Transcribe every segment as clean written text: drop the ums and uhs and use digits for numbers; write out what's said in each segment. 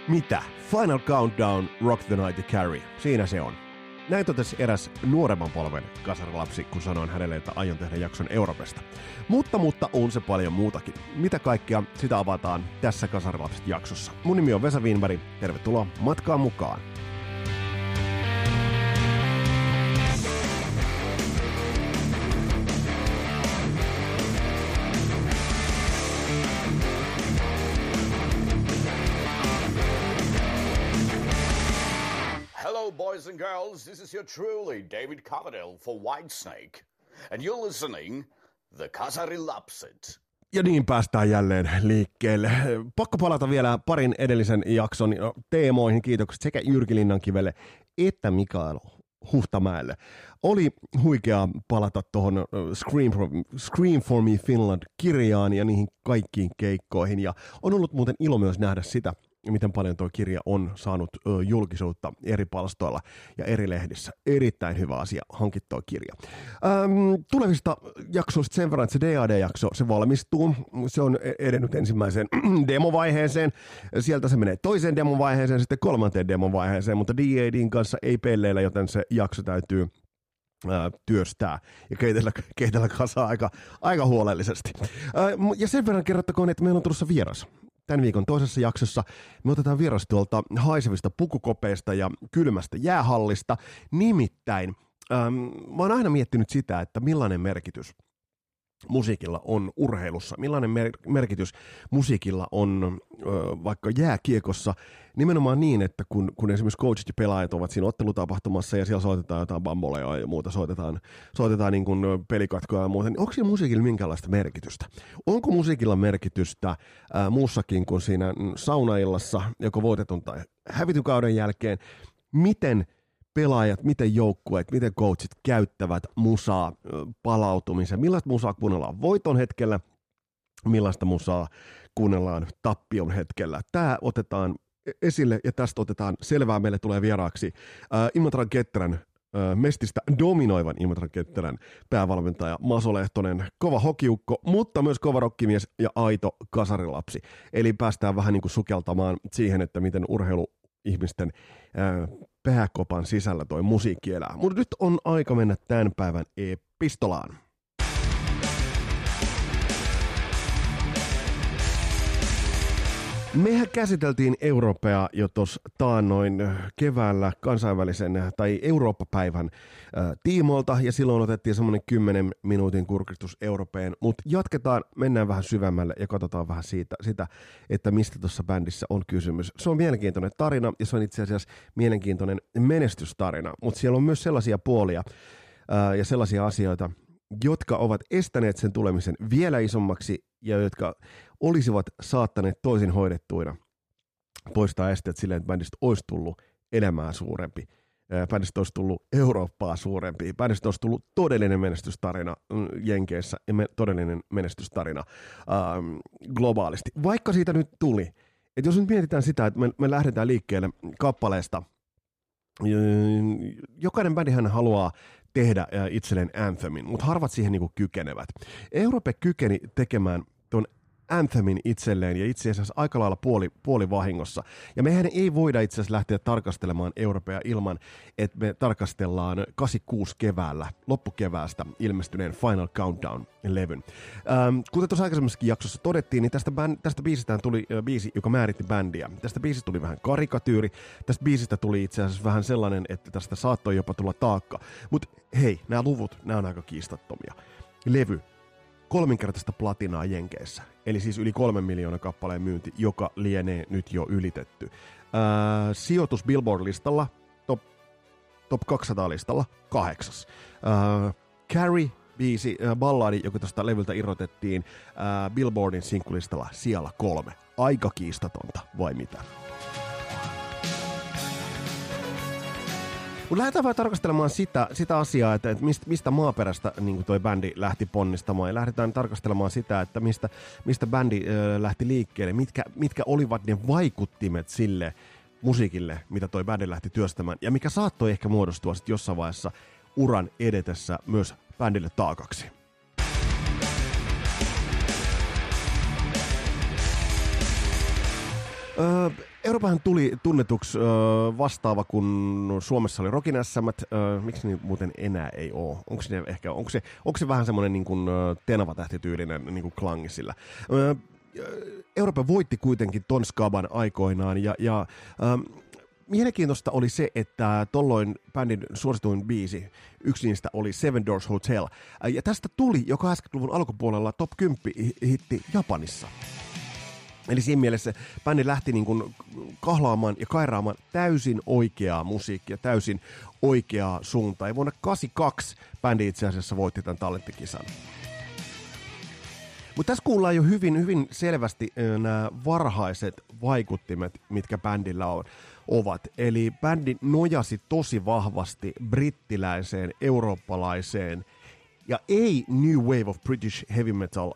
Mitä? Final Countdown, Rock the Night ja Carry. Siinä se on. Näin totesi eräs nuoremman polven kasarilapsi, kun sanoin hänelle, että aion tehdä jakson Europesta. Mutta on se paljon muutakin. Mitä kaikkea, sitä avataan tässä Kasarilapset-jaksossa. Mun nimi on Vesa Wienberg. Tervetuloa matkaan mukaan. Boys and girls, this is your truly David Coverdale for Whitesnake, and you're listening The Kasarilapset. Ja niin päästään jälleen liikkeelle. Pakko palata vielä parin edellisen jakson teemoihin. Kiitokset sekä Jyrki Linnankivelle että Mikael Huhtamäelle. Oli huikeaa palata tuohon Scream for Me Finland-kirjaan ja niihin kaikkiin keikkoihin. Ja on ollut muuten ilo myös nähdä sitä, miten paljon tuo kirja on saanut julkisuutta eri palstoilla ja eri lehdissä. Erittäin hyvä asia hankittua kirja. Tulevista jaksoista sen verran, että se DAD-jakso, se valmistuu. Se on edennyt ensimmäiseen demovaiheeseen. Sieltä se menee toiseen demovaiheeseen, sitten kolmanteen demovaiheeseen, mutta DADin kanssa ei pelleillä, joten se jakso täytyy työstää ja keitellä kasaan aika huolellisesti. Ja sen verran kerrottakoon, että meillä on tulossa vieras. Tämän viikon toisessa jaksossa me otetaan vieras tuolta haisevista pukukopeista ja kylmästä jäähallista. Nimittäin mä oon aina miettinyt sitä, että millainen merkitys musiikilla on urheilussa, millainen merkitys musiikilla on vaikka jääkiekossa, nimenomaan niin, että kun esimerkiksi coachit ja pelaajat ovat siinä ottelutapahtumassa ja siellä soitetaan jotain bamboleja ja muuta, soitetaan niin kuin pelikatkoja ja muuta, niin onko siinä musiikilla minkälaista merkitystä? Onko musiikilla merkitystä muussakin kuin siinä saunaillassa, joko voitetun tai hävityn kauden jälkeen? Miten pelaajat, miten joukkueet, miten coachit käyttävät musaa palautumiseen? Millaista musaa kuunnellaan voiton hetkellä? Millaista musaa kuunnellaan tappion hetkellä? Tämä otetaan esille ja tästä otetaan selvää. Meille tulee vieraaksi Imatran Ketterän, Mestistä dominoivan Imatran Ketterän päävalmentaja Maso Lehtonen, kova hokiukko, mutta myös kova rokkimies ja aito kasarilapsi. Eli päästään vähän niin kuin sukeltamaan siihen, että miten urheiluihmisten pääkopan sisällä toi musiikki elää. Mutta nyt on aika mennä tämän päivän epistolaan. Mehän käsiteltiin Europea jo tuossa taannoin keväällä kansainvälisen tai Eurooppa-päivän tiimoilta ja silloin otettiin semmoinen 10 minuutin kurkistus Europeen, mutta jatketaan, mennään vähän syvemmälle ja katsotaan vähän sitä, että mistä tuossa bändissä on kysymys. Se on mielenkiintoinen tarina ja se on itse asiassa mielenkiintoinen menestystarina, mutta siellä on myös sellaisia puolia ja sellaisia asioita, jotka ovat estäneet sen tulemisen vielä isommaksi ja jotka olisivat saattaneet toisin hoidettuina poistaa esteet silleen, että bändistä olisi tullut enemmän suurempi, bändistä olisi tullut Eurooppaa suurempi, bändistä olisi tullut todellinen menestystarina Jenkeissä ja todellinen menestystarina globaalisti. Vaikka siitä nyt tuli, että jos nyt mietitään sitä, että me lähdetään liikkeelle kappaleesta, jokainen bändihän haluaa tehdä itselleen anthemin, mutta harvat siihen niinku kykenevät. Europe kykeni tekemään tuon anthemin itselleen ja itse asiassa aika lailla puoli vahingossa. Ja mehän ei voida itse asiassa lähteä tarkastelemaan Europea ilman, että me tarkastellaan 86 keväällä, loppukeväästä ilmestyneen Final Countdown-levyn. Kuten tuossa aikaisemmassakin jaksossa todettiin, niin tästä biisistä tuli biisi, joka määritti bändiä. Tästä biisistä tuli vähän karikatyyri, tästä biisistä tuli itse asiassa vähän sellainen, että tästä saattoi jopa tulla taakka. Mutta hei, nämä luvut, nämä on aika kiistattomia. Levy. 3-kertaista platinaa Jenkeissä, eli siis yli 3 miljoonan kappaleen myynti, joka lienee nyt jo ylitetty. Sijoitus Billboard-listalla, top 200-listalla 8. Carry, biisi, balladi, joka tuosta levyltä irrotettiin Billboardin sinkkulistalla sijalla 3. Aika kiistatonta, vai mitä? Mutta lähdetään vaan tarkastelemaan sitä asiaa, että mistä maaperästä niin toi bändi lähti ponnistamaan. Ja lähdetään tarkastelemaan sitä, että mistä bändi lähti liikkeelle, mitkä olivat ne vaikuttimet sille musiikille, mitä toi bändi lähti työstämään. Ja mikä saattoi ehkä muodostua sitten jossain vaiheessa uran edetessä myös bändille taakaksi. Euroopan tuli tunnetuksi vastaava, kun Suomessa oli Rockin SM:t. Miksi niin muuten enää ei ole? Onko se vähän semmoinen niin kuin Tenava-tähtityylinen niin kuin klangi sillä? Euroopan voitti kuitenkin ton skaban aikoinaan ja mielenkiintoista oli se, että tolloin bändin suosituin biisi, yksi niistä oli Seven Doors Hotel. Ja tästä tuli jo 80-luvun alkupuolella top 10 hitti Japanissa. Eli siinä mielessä bändi lähti niin kuin kahlaamaan ja kairaamaan täysin oikeaa musiikkia, täysin oikeaa suuntaa. Ja vuonna 1982 bändi itse asiassa voitti tämän talenttikisan. Mutta tässä kuullaan jo hyvin selvästi nämä varhaiset vaikuttimet, mitkä bändillä ovat. Eli bändi nojasi tosi vahvasti brittiläiseen, eurooppalaiseen ja ei New Wave of British Heavy Metal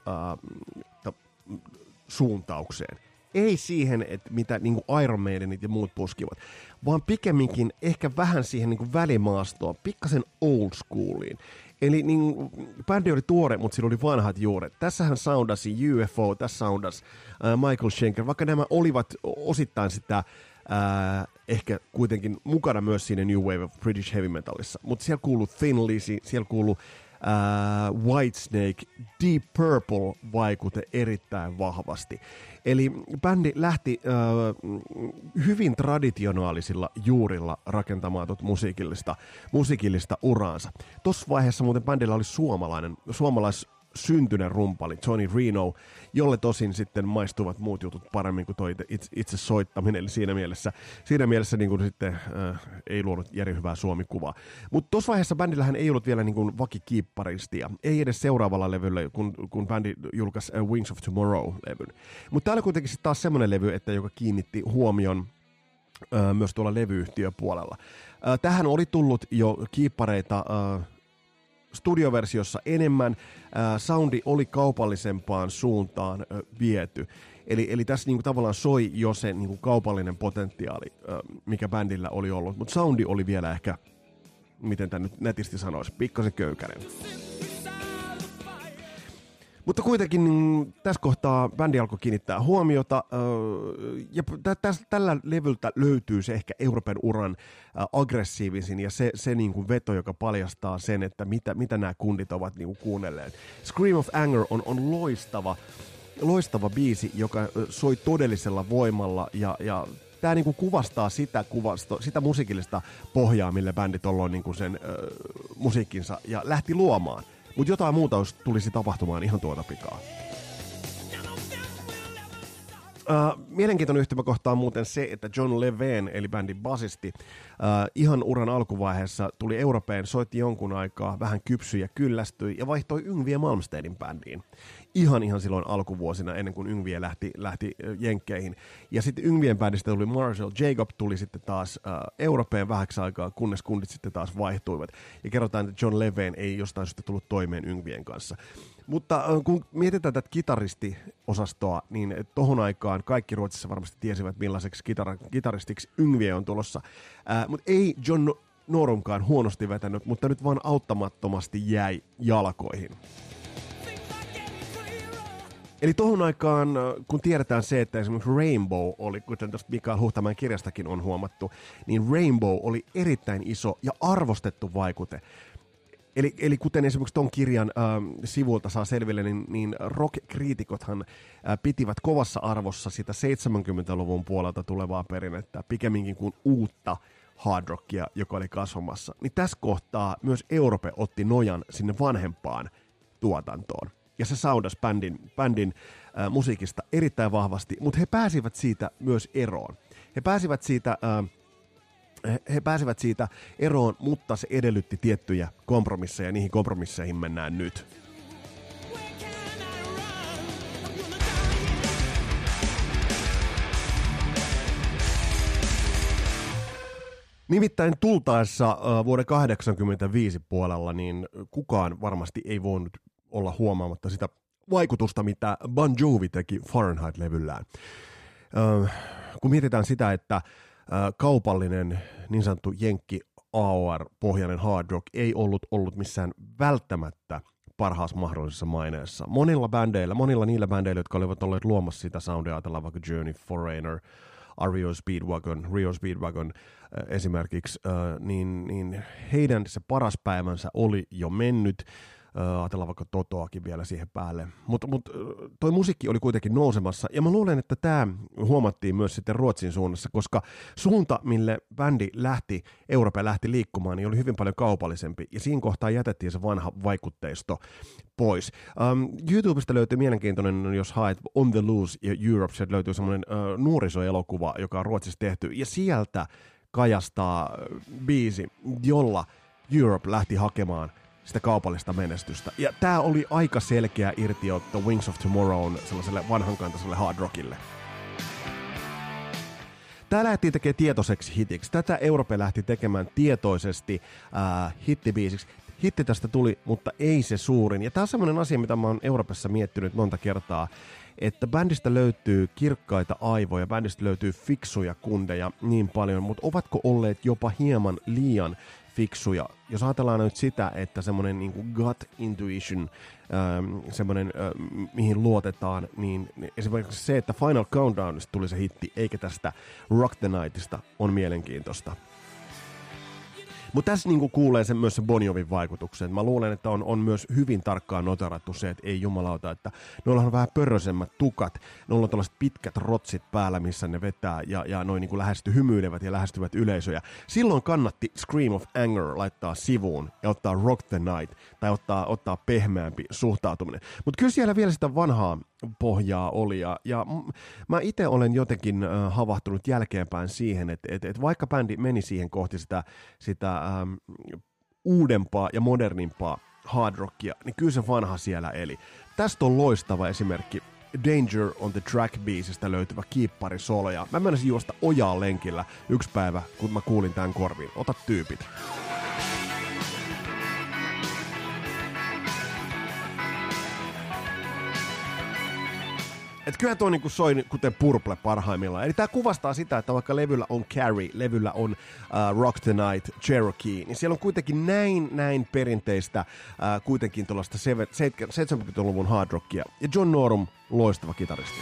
suuntaukseen. Ei siihen, että mitä niin kuin Iron Maidenit ja muut puskivat, vaan pikemminkin ehkä vähän siihen niin kuin välimaastoon, pikkasen old schooliin. Eli niin, bändi oli tuore, mutta sillä oli vanhat juuret. Tässähän soundasi UFO, tässä soundasi Michael Schenker, vaikka nämä olivat osittain sitä ehkä kuitenkin mukana myös siinä New Wave of British Heavy Metalissa. Mutta siellä kuului Thin Lizzy, siellä kuului Whitesnake, Deep Purple vaikute erittäin vahvasti. Eli bändi lähti hyvin traditionaalisilla juurilla rakentamaan musiikillista uraansa. Tuossa vaiheessa muuten bändillä oli suomalaissyntyinen rumpali Tony Reno, jolle tosin sitten maistuvat muut jutut paremmin kuin toi itse soittaminen, eli siinä mielessä niin kuin sitten ei luonut järin hyvää Suomi-kuvaa. Mutta tuossa vaiheessa bändillähän ei ollut vielä niin kuin vakikiipparistia, ei edes seuraavalla levyllä, kun bändi julkaisi Wings of Tomorrow-levyn. Mutta täällä kuitenkin sitten taas semmoinen levy, joka kiinnitti huomion myös tuolla levyyhtiöpuolella. Tähän oli tullut jo kiippareita studioversiossa enemmän, soundi oli kaupallisempaan suuntaan viety. Eli tässä niinku tavallaan soi jo se niinku kaupallinen potentiaali, mikä bändillä oli ollut, mutta soundi oli vielä ehkä, miten tämä nyt netisti sanoisi, pikkasen köykäinen. Mutta kuitenkin tässä kohtaa bändi alkoi kiinnittää huomiota, ja tällä levyltä löytyy se ehkä Euroopan uran aggressiivisin ja se niin kuin veto, joka paljastaa sen, että mitä nämä kundit ovat niin kuin kuunnelleet. Scream of Anger on loistava biisi, joka soi todellisella voimalla, ja tämä niin kuin kuvastaa sitä musiikillista pohjaa, millä bändi tolloin niin kuin sen musiikkinsa ja lähti luomaan. Mutta jotain muuta tulisi tapahtumaan ihan tuota pikaa. Mielenkiintoinen yhtymäkohta on muuten se, että John Levene, eli bändin basisti, ihan uran alkuvaiheessa tuli Europeen, soitti jonkun aikaa, vähän kypsyi ja kyllästyi ja vaihtoi Yngwie Malmstedin bändiin. Ihan silloin alkuvuosina, ennen kuin Yngwie lähti Jenkkeihin. Ja sitten Yngvien bändistä tuli Marshall Jacob, tuli sitten taas Europeen vähäksi aikaa, kunnes kundit sitten taas vaihtuivat. Ja kerrotaan, että John Levene ei jostain syystä tullut toimeen Yngvien kanssa. Mutta kun mietitään tätä kitaristiosastoa, niin tohon aikaan kaikki Ruotsissa varmasti tiesivät, millaiseksi kitaristiksi Yngwie on tulossa. Mutta ei John Norumkaan huonosti vetänyt, mutta nyt vaan auttamattomasti jäi jalkoihin. Eli tohon aikaan, kun tiedetään se, että esimerkiksi Rainbow oli, kuten tuosta Mikael Huhtamäen kirjastakin on huomattu, niin Rainbow oli erittäin iso ja arvostettu vaikute. Eli kuten esimerkiksi ton kirjan sivuilta saa selville, niin rock-kriitikothan pitivät kovassa arvossa sitä 70-luvun puolelta tulevaa perinnettä, pikemminkin kuin uutta hard rockia, joka oli kasvamassa. Niin tässä kohtaa myös Euroope otti nojan sinne vanhempaan tuotantoon. Ja se soundasi bändin musiikista erittäin vahvasti, mutta he pääsivät siitä myös eroon. He pääsivät siitä eroon, mutta se edellytti tiettyjä kompromisseja, ja niihin kompromisseihin mennään nyt. Nimittäin tultaessa vuoden 1985 puolella, niin kukaan varmasti ei voinut olla huomaamatta sitä vaikutusta, mitä Bon Jovi teki Fahrenheit-levyllään. Kun mietitään sitä, että kaupallinen niin sanottu jenkki AOR-pohjainen hard rock ei ollut missään välttämättä parhaassa mahdollisessa maineessa. Monilla niillä bändeillä, jotka olivat olleet luomassa sitä soundia, ajatellaan vaikka Journey, Foreigner, Rio Speedwagon esimerkiksi, niin heidän se paras päivänsä oli jo mennyt. Ajatellaan vaikka Totoakin vielä siihen päälle. Mutta toi musiikki oli kuitenkin nousemassa, ja mä luulen, että tämä huomattiin myös sitten Ruotsin suunnassa, koska suunta, mille bändi Europe lähti liikkumaan, niin oli hyvin paljon kaupallisempi, ja siinä kohtaa jätettiin se vanha vaikutteisto pois. YouTubesta löytyy mielenkiintoinen, jos haet On the Loose ja Europe, sieltä löytyy semmoinen nuorisoelokuva, joka on Ruotsissa tehty, ja sieltä kajastaa biisi, jolla Europe lähti hakemaan sitä kaupallista menestystä. Ja tää oli aika selkeä irtiotto Wings of Tomorrown sellaiselle vanhankantaiselle hard rockille. Tää lähti tekemään tietoiseksi hitiksi. Tätä Europe lähti tekemään tietoisesti hittibiisiksi. Hitti tästä tuli, mutta ei se suurin. Ja tää on semmoinen asia, mitä mä oon Europessa miettinyt monta kertaa, että bändistä löytyy kirkkaita aivoja, bändistä löytyy fiksuja kundeja niin paljon, mutta ovatko olleet jopa hieman liian fiksuja? Jos ajatellaan nyt sitä, että semmoinen niin kuin gut intuition, semmoinen mihin luotetaan, niin esimerkiksi se, että Final Countdownista tuli se hitti, eikä tästä Rock the Nightista, on mielenkiintoista. Mutta tässä niinku kuulee myös se Bon Jovin vaikutuksen. Mä luulen, että on myös hyvin tarkkaan noterattu se, että ei jumalauta, että noilla on vähän pörrösemmät tukat, noilla on tällaiset pitkät rotsit päällä, missä ne vetää ja noin niinku hymyilevät ja lähestyvät yleisöjä. Silloin kannatti Scream of Anger laittaa sivuun ja ottaa Rock the Night tai ottaa pehmeämpi suhtautuminen. Mutta kyllä siellä vielä sitä vanhaa pohjaa oli ja mä itse olen jotenkin havahtunut jälkeenpäin siihen, että vaikka bändi meni siihen kohti sitä uudempaa ja modernimpaa hard rockia, niin kyllä se vanha siellä eli. Tästä on loistava esimerkki Danger on the Track-biisistä löytyvä kiipparisolo, ja mä menisin juosta ojaa lenkillä yksi päivä, kun mä kuulin tämän korviin. Ota tyypit. Että kyllä tuo niinku soi kuten Purple parhaimmillaan. Eli tää kuvastaa sitä, että vaikka levyllä on Carrie, levyllä on Rock the Night, Cherokee, niin siellä on kuitenkin näin perinteistä kuitenkin tuollaista 70-luvun hard rockia. Ja John Norum, loistava kitaristi.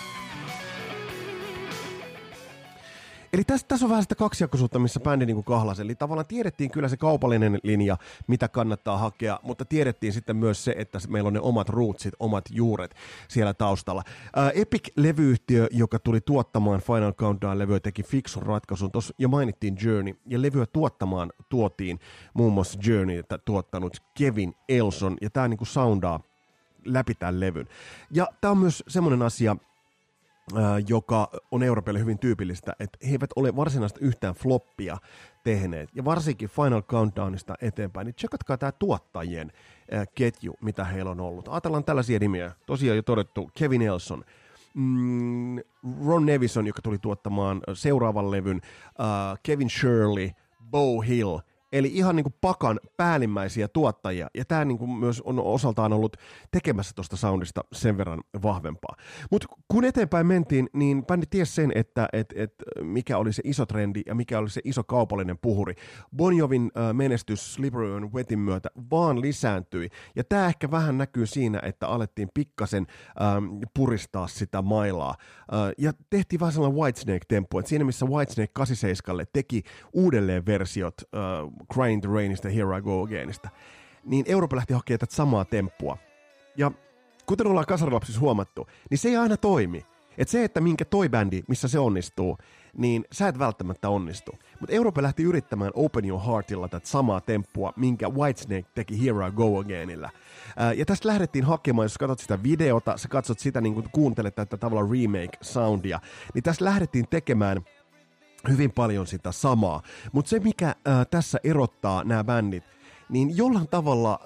Eli tässä on vähän sitä kaksijakoisuutta, missä bändi niinku kahlasi. Eli tavallaan tiedettiin kyllä se kaupallinen linja, mitä kannattaa hakea, mutta tiedettiin sitten myös se, että meillä on ne omat rootsit, omat juuret siellä taustalla. Epic-levyyhtiö, joka tuli tuottamaan Final Countdown-levyä, teki fiksun ratkaisun. Tuossa jo mainittiin Journey, ja levyä tuottamaan tuotiin muun muassa Journeytä tuottanut Kevin Elson, ja tämä niinku soundaa läpi tämän levyn. Ja tämä on myös semmoinen asia, joka on Europelle hyvin tyypillistä, että he eivät ole varsinaista yhtään floppia tehneet. Ja varsinkin Final Countdownista eteenpäin, niin tsekatkaa tämä tuottajien ketju, mitä heillä on ollut. Ajatellaan tällaisia nimiä. Tosiaan jo todettu Kevin Elson, Ron Nevison, joka tuli tuottamaan seuraavan levyn, Kevin Shirley, Beau Hill, eli ihan niin kuin Pakan päällimmäisiä tuottajia, ja tämä niin kuin myös on osaltaan ollut tekemässä tuosta soundista sen verran vahvempaa. Mutta kun eteenpäin mentiin, niin bändi tiesi sen, että mikä oli se iso trendi ja mikä oli se iso kaupallinen puhuri. Bon Jovin menestys Slippery When Wetin myötä vaan lisääntyi, ja tämä ehkä vähän näkyy siinä, että alettiin pikkasen puristaa sitä mailaa, ja tehtiin vähän sellainen Whitesnake-temppu, että siinä missä Whitesnake 87 teki uudelleen versiot Crying the Rainista ja Here I Go Againista, niin Europe lähti hakemaan tätä samaa temppua. Ja kuten ollaan Kasarilapsissa huomattu, niin se ei aina toimi. Että se, että minkä toi bändi, missä se onnistuu, niin sä et välttämättä onnistu. Mutta Europe lähti yrittämään Open Your Heartilla tätä samaa temppua, minkä Whitesnake teki Here I Go Againilla. Ja tästä lähdettiin hakemaan, jos katsot sitä videota, sä katsot sitä, niin kun kuuntelet tätä tavalla remake-soundia, niin tässä lähdettiin tekemään hyvin paljon sitä samaa. Mutta se, mikä tässä erottaa nämä bändit, niin jollain tavalla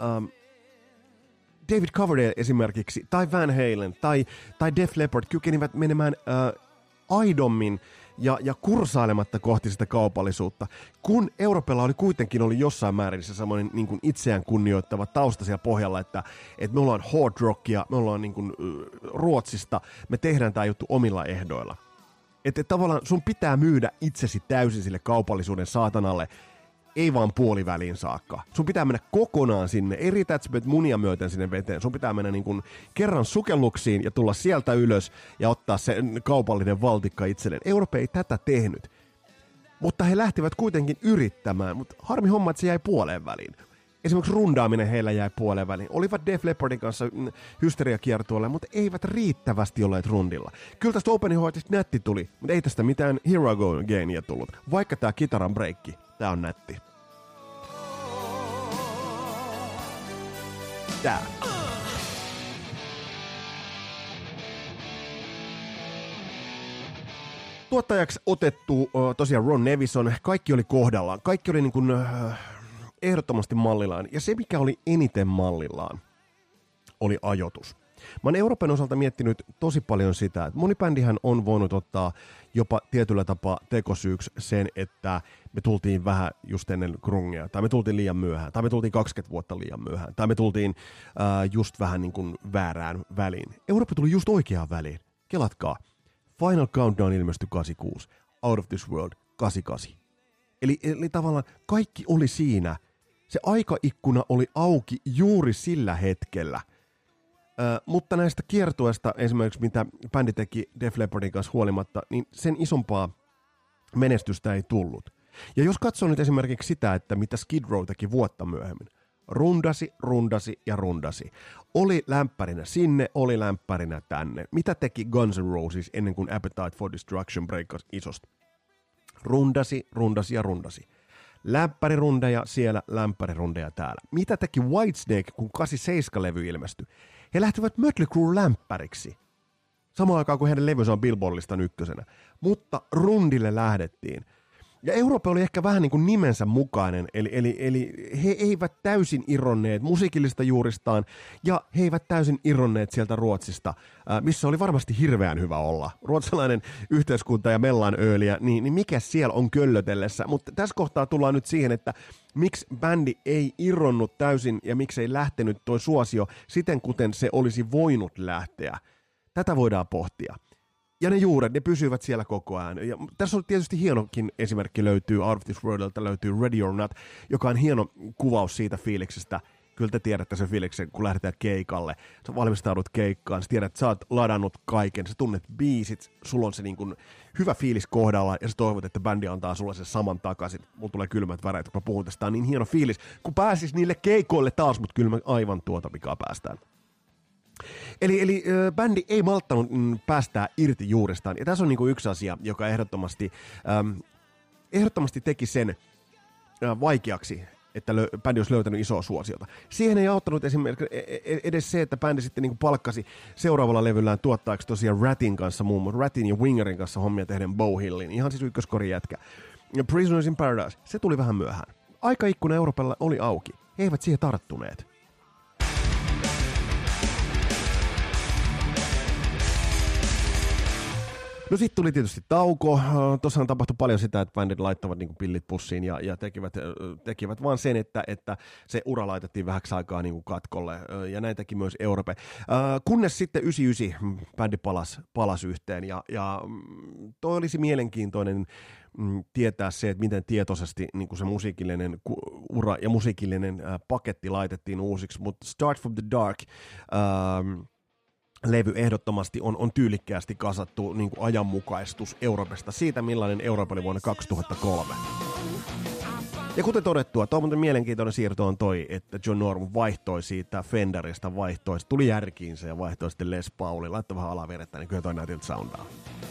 David Coverdale esimerkiksi, tai Van Halen, tai Def Leppard kykenivät menemään aidommin ja kursailematta kohti sitä kaupallisuutta, kun Europella oli kuitenkin jossain määrin se semmoinen niin kuin itseään kunnioittava tausta siellä pohjalla, että me ollaan hard rockia, me ollaan niin kuin, Ruotsista, me tehdään tämä juttu omilla ehdoilla. Että tavallaan sun pitää myydä itsesi täysin sille kaupallisuuden saatanalle, ei vaan puoliväliin saakka. Sun pitää mennä kokonaan sinne, ei riitä, että sä menet munia myöten sinne veteen. Sun pitää mennä niin kuin kerran sukelluksiin ja tulla sieltä ylös ja ottaa se kaupallinen valtikka itselleen. Europe ei tätä tehnyt. Mutta he lähtivät kuitenkin yrittämään, mutta harmi homma, että se jäi puoleen väliin. Esimerkiksi rundaaminen heillä jäi puoleen väliin. Olivat Def Leppardin kanssa hysteriakiertueelle, mutta eivät riittävästi olleet rundilla. Kyllä tästä Open Heartista nätti tuli, mutta ei tästä mitään Here I Go Againia tullut. Vaikka tää kitaran breikki, tää on nätti. Tää. Tuottajaksi otettu tosiaan Ron Nevison, kaikki oli kohdallaan, kaikki oli niin kuin ehdottomasti mallillaan. Ja se, mikä oli eniten mallillaan, oli ajoitus. Mä oon Euroopan osalta miettinyt tosi paljon sitä, että moni bändihän on voinut ottaa jopa tietyllä tapaa tekosyyksi sen, että me tultiin vähän just ennen grungia, tai me tultiin liian myöhään, tai me tultiin 20 vuotta liian myöhään, tai me tultiin just vähän niin kuin väärään väliin. Eurooppa tuli just oikeaan väliin. Kelatkaa. Final Countdown ilmestyi 86, Out of This World 88. Eli tavallaan kaikki oli siinä. Se aikaikkuna oli auki juuri sillä hetkellä. Mutta näistä kiertueista esimerkiksi, mitä bändi teki Def Leppardin kanssa huolimatta, niin sen isompaa menestystä ei tullut. Ja jos katsoo nyt esimerkiksi sitä, että mitä Skid Row teki vuotta myöhemmin, rundasi. Oli lämpärinä sinne, oli lämpärinä tänne. Mitä teki Guns N' Roses ennen kuin Appetite for Destruction breikkasi isosti? Rundasi. Lämpärirundeja siellä, lämpärirundeja täällä. Mitä teki Whitesnake, kun 87-levy ilmestyi? He lähtivät Mötley Crüe lämpäriksi. Samaan aikaan kuin heidän levynsä on Billboard-listan ykkösenä. Mutta rundille lähdettiin. Ja Europe oli ehkä vähän niin kuin nimensä mukainen, eli he eivät täysin irronneet musiikillista juuristaan, ja he eivät täysin irronneet sieltä Ruotsista, missä oli varmasti hirveän hyvä olla. Ruotsalainen yhteiskunta ja mellanööliä, niin mikä siellä on köllötellessä? Mutta tässä kohtaa tullaan nyt siihen, että miksi bändi ei irronnut täysin, ja miksi ei lähtenyt toi suosio siten, kuten se olisi voinut lähteä. Tätä voidaan pohtia. Ja ne juuret, ne pysyvät siellä koko ajan. Ja tässä on tietysti hienokin esimerkki löytyy Out of This Worldilta, löytyy Ready or Not, joka on hieno kuvaus siitä fiiliksestä. Kyllä te tiedätte sen fiiliksen, kun lähdetään keikalle. Sä valmistaudut keikkaan, sä tiedät, että sä oot ladannut kaiken, sä tunnet biisit, sulla on se niin kuin hyvä fiilis kohdalla ja sä toivot, että bändi antaa sulle sen saman takaisin. Mulla tulee kylmät väreet, kun mä puhun tästä. Tää on niin hieno fiilis, kun pääsis niille keikoille taas, mutta kyllä me aivan tuota pikaa päästään. Eli bändi ei malttanut päästää irti juurestaan. Ja tässä on niinku yksi asia, joka ehdottomasti teki sen vaikeaksi, että bändi olisi löytänyt isoa suosiota. Siihen ei auttanut esimerkiksi edes se, että bändi sitten niinku palkkasi seuraavalla levyllään tuottajaksi tosiaan Ratin kanssa, muun muassa Ratin ja Wingerin kanssa hommia tehden Bowhillin. Ihan siis ykköskorin jätkä. Prisoners in Paradise, se tuli vähän myöhään. Aikaikkuna Euroopalla oli auki. He eivät siihen tarttuneet. No sitten tuli tietysti tauko. Tuossahan tapahtui paljon sitä, että bändit laittavat niinku pillit pussiin ja tekivät vaan sen, että se ura laitettiin vähäksi aikaa niinku katkolle. Ja näin teki myös Europe. Kunnes sitten 99 bändi palasi yhteen. Ja toi olisi mielenkiintoinen tietää se, että miten tietoisesti niin se musiikillinen ura ja musiikillinen paketti laitettiin uusiksi. Mutta Start from the Dark levy ehdottomasti on tyylikkäästi kasattu niin kuin ajanmukaistus Euroopasta siitä, millainen Eurooppa oli vuonna 2003. Ja kuten todettua, tuo muuten mielenkiintoinen siirto on toi, että John Norum vaihtoi siitä Fenderistä, tuli järkiinsä ja vaihtoi sitten Les Paulin, laittoi vähän alavirettä, niin kyllä toi näytiltä soundaa.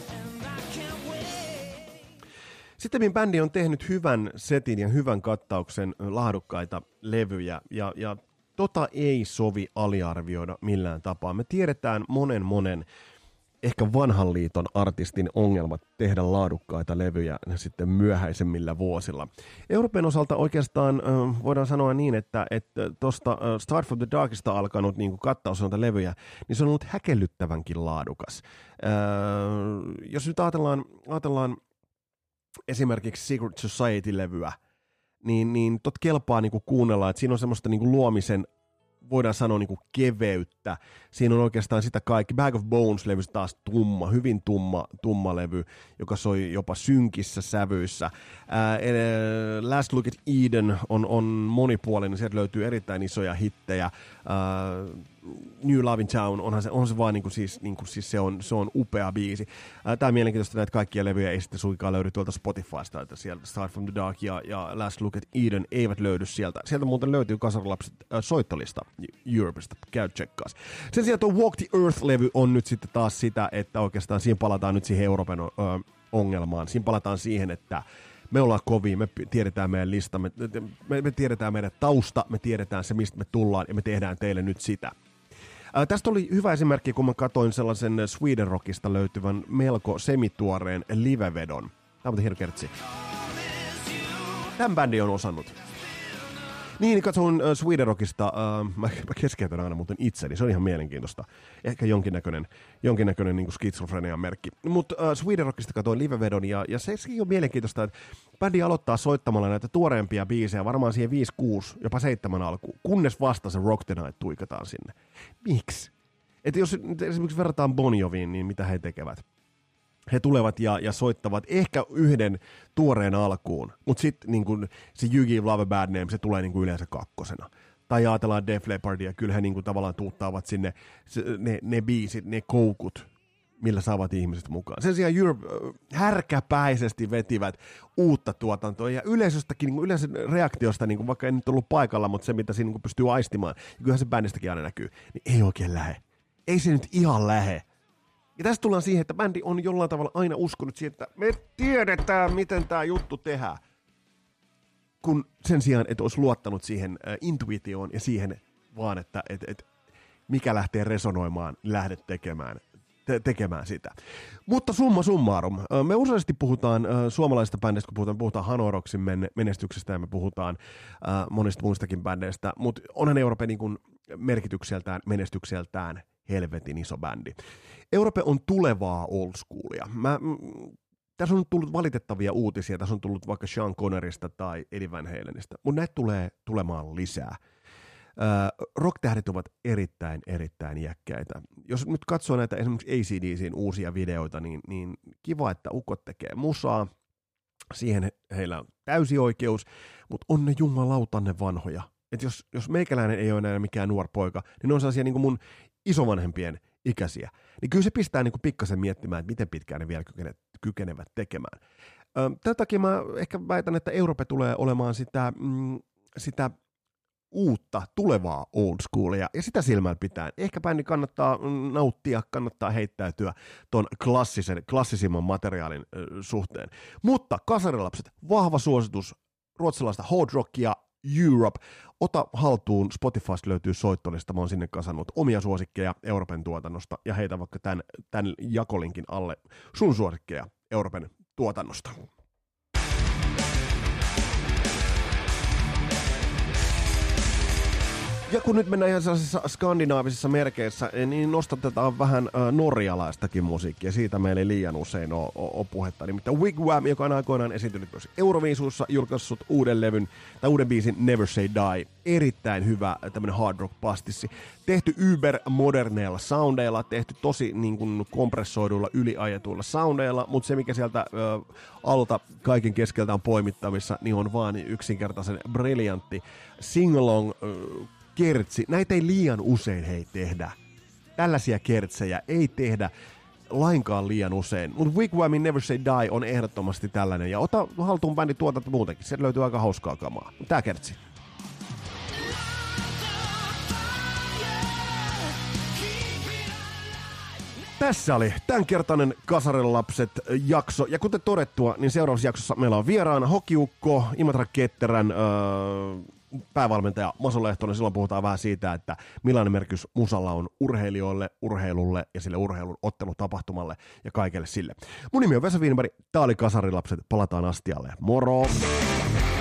Sitten bändi on tehnyt hyvän setin ja hyvän kattauksen laadukkaita levyjä ja tota ei sovi aliarvioida millään tapaa. Me tiedetään monen ehkä vanhan liiton artistin ongelmat tehdä laadukkaita levyjä sitten myöhäisemmillä vuosilla. Euroopan osalta oikeastaan voidaan sanoa niin, että tuosta Start from the Darkista alkanut niin kattaus noita levyjä, niin se on ollut häkellyttävänkin laadukas. Jos nyt ajatellaan esimerkiksi Secret Society-levyä, niin tot kelpaa niinku kuunnella, että siinä on semmoista niinku luomisen voidaan sanoa niin kuin keveyttä. Siinä on oikeastaan sitä kaikki. Bag of Bones-levy taas hyvin tumma levy, joka soi jopa synkissä sävyissä. Last Look at Eden on monipuolinen, sieltä löytyy erittäin isoja hittejä. New Love in Town, on se vaan siis se on upea biisi. Tämä on mielenkiintoista, että kaikkia levyjä ei sitten suinkaan löydy tuolta Spotifysta, että sieltä Start from the Dark ja Last Look at Eden eivät löydy sieltä. Sieltä muuten löytyy Kasarilapset soittolista Europesta, käy tsekkaas. Sen sijaan tuo Walk the Earth-levy on nyt sitten taas sitä, että oikeastaan siinä palataan nyt siihen Euroopan ongelmaan. Siinä palataan siihen, että me ollaan kovia, me tiedetään meidän lista, me tiedetään meidän tausta, me tiedetään se, mistä me tullaan, ja me tehdään teille nyt sitä. Tästä oli hyvä esimerkki, kun mä katsoin sellaisen Sweden Rockista löytyvän melko semituoreen livevedon. Tämä on hieno kertsi. Tämän bändi on osannut. Niin, katsoin Sweden Rockista, mä keskeytän aina muuten itseni, se on ihan mielenkiintoista. Ehkä jonkinnäköinen niin kuin skitsofrenian merkki. Mutta Sweden Rockista katsoin livevedon, ja sekin on mielenkiintoista, että bändi aloittaa soittamalla näitä tuoreempia biisejä, varmaan siihen 5, 6, jopa 7 alkuun, kunnes vasta se Rock the Night tuikataan sinne. Miksi? Että jos esimerkiksi verrataan Bon Joviin, niin mitä he tekevät? He tulevat ja soittavat ehkä yhden tuoreen alkuun, mutta sitten niin se You Give Love a Bad Name, se tulee niin yleensä kakkosena. Tai ajatellaan Def Leppardia, kyllä he niin tavallaan tuuttaavat sinne ne biisit, ne koukut, millä saavat ihmiset mukaan. Sen sijaan Europe härkäpäisesti vetivät uutta tuotantoa, ja yleisöstäkin, niin yleisön reaktiosta, niin vaikka ei nyt ollut paikalla, mutta se mitä siinä niin pystyy aistimaan, ja kyllähän se bändistäkin aina näkyy, niin ei oikein lähe. Ei se nyt ihan lähe. Ja tässä tullaan siihen, että bändi on jollain tavalla aina uskonut siihen, että me tiedetään, miten tämä juttu tehdään. Kun sen sijaan, että olisi luottanut siihen intuitioon ja siihen vaan, että mikä lähtee resonoimaan, lähde tekemään sitä. Mutta summa summarum. Me useasti puhutaan suomalaisista bändeistä, kun puhutaan Hanoi Rocksin menestyksestä ja me puhutaan monista muistakin bändeistä, mutta onhan Euroopan niin kuin merkitykseltään, menestykseltään helvetin iso bändi. Europe on tulevaa old schoolia. Tässä on tullut valitettavia uutisia. Tässä on tullut vaikka Sean Connerista tai Eddie Van Halenista, mutta näitä tulee tulemaan lisää. Rock-tähdet ovat erittäin iäkkäitä. Jos nyt katsoo näitä esimerkiksi AC/DC:n uusia videoita, niin kiva, että ukot tekee musaa. Siihen heillä on täysi oikeus, mutta on ne jumalautanne vanhoja. Että jos meikäläinen ei ole enää mikään nuori poika, niin ne on sellaisia niin kuin mun isovanhempien ikäisiä. Niin kyllä se pistää niin kuin pikkasen miettimään, että miten pitkään ne vielä kykenevät tekemään. Tätä takia mä ehkä väitän, että Europe tulee olemaan sitä uutta, tulevaa old schoolia, ja sitä silmällä pitää. Ehkä bändi kannattaa nauttia, kannattaa heittäytyä ton klassisimman materiaalin suhteen. Mutta Kasarilapset, vahva suositus, ruotsalaista hard rockia, Europe. Ota haltuun, Spotifysta löytyy soittolista, mä oon sinne kasannut omia suosikkeja Euroopan tuotannosta, ja heitä vaikka tämän jakolinkin alle sun suosikkeja Euroopan tuotannosta. Ja kun nyt mennään ihan sellaisissa skandinaavisissa merkeissä, niin nostatetaan vähän norjalaistakin musiikkia. Siitä meillä ei liian usein ole puhetta. Nimittäin Wigwam, joka on aikoinaan esiintynyt myös Euroviisuissa, julkaissut uuden levyn, tai uuden biisin Never Say Die. Erittäin hyvä tämmönen hard rock pastissi. Tehty ybermoderneilla soundeilla, tehty tosi niin kuin kompressoiduilla, yliajetuilla soundeilla, mutta se mikä sieltä alta kaiken keskeltä on poimittavissa, niin on vaan yksinkertaisen briljantti sing-along kertsi. Näitä ei liian usein tehdä. Tällaisia kertsejä ei tehdä lainkaan liian usein. Mutta Wigwamin Never Say Die on ehdottomasti tällainen. Ja ota haltuun bändi tuotanto muutenkin. Sieltä löytyy aika hauskaa kamaa. Tää kertsi. Tässä oli tämänkertainen Kasarilapset jakso. Ja kuten todettua, niin seuraavassa jaksossa meillä on vieraana hokiukko, Imatra Ketterän päävalmentaja Maso Lehtonen. Silloin puhutaan vähän siitä, että millainen merkitys musalla on urheilijoille, urheilulle ja sille urheilun ottelutapahtumalle ja kaikelle sille. Mun nimi on Vesa Wienberg, tää oli Kasarilapset, palataan astialle. Moro!